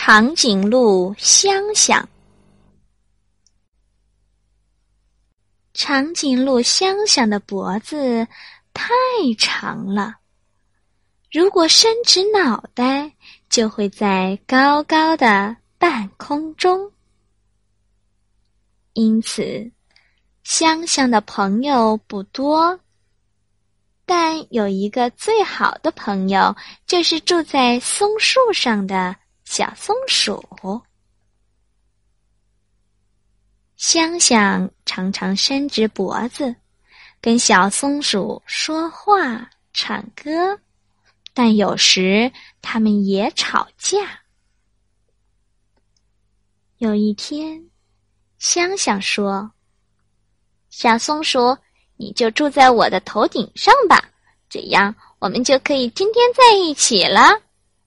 长颈鹿香香。长颈鹿香香的脖子太长了，如果伸直脑袋，就会在高高的半空中。因此，香香的朋友不多，但有一个最好的朋友，就是住在松树上的小松鼠。香香常常伸直脖子，跟小松鼠说话、唱歌，但有时它们也吵架。有一天，香香说：“小松鼠，你就住在我的头顶上吧，这样我们就可以天天在一起了。”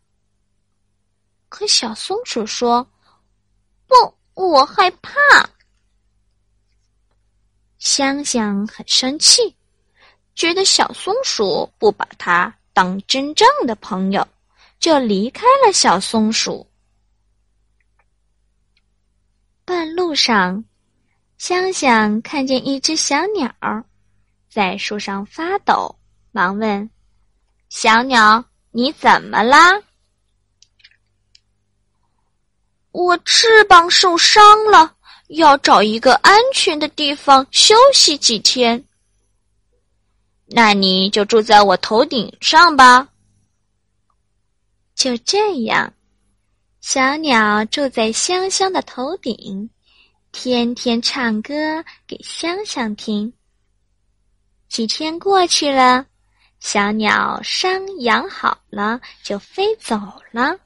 可小松鼠说：“不，我害怕。”香香很生气，觉得小松鼠不把它当真正的朋友，就离开了小松鼠。半路上，香香看见一只小鸟在树上发抖，忙问：“小鸟，你怎么啦？”“我翅膀受伤了，要找一个安全的地方休息几天。”“那你就住在我头顶上吧。”就这样，小鸟住在香香的头顶，天天唱歌给香香听。几天过去了，小鸟伤养好了，就飞走了。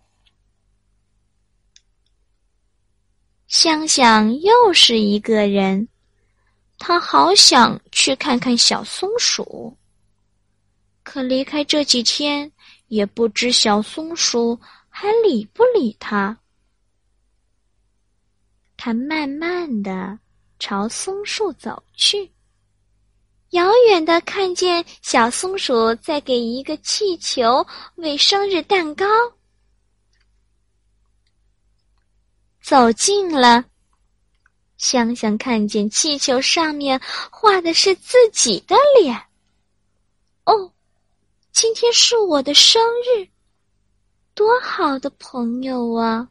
香香又是一个人，她好想去看看小松鼠，可离开这几天，也不知小松鼠还理不理她。她慢慢地朝松树走去，遥远地看见小松鼠在给一个气球喂生日蛋糕。走近了，香香看见气球上面画的是自己的脸。哦，今天是我的生日，多好的朋友啊！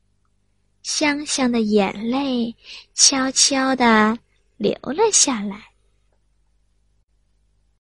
香香的眼泪悄悄地流了下来。